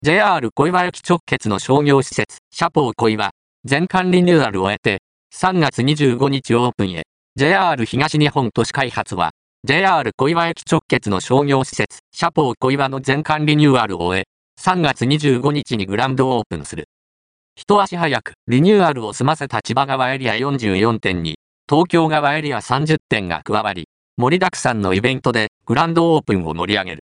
JR 小岩駅直結の商業施設、シャポー小岩、全館リニューアルを終えて、3月25日オープンへ。JR 東日本都市開発は、JR 小岩駅直結の商業施設、シャポー小岩の全館リニューアルを終え、3月25日にグランドオープンする。一足早くリニューアルを済ませた千葉側エリア44店に、東京側エリア30店が加わり、盛りだくさんのイベントでグランドオープンを盛り上げる。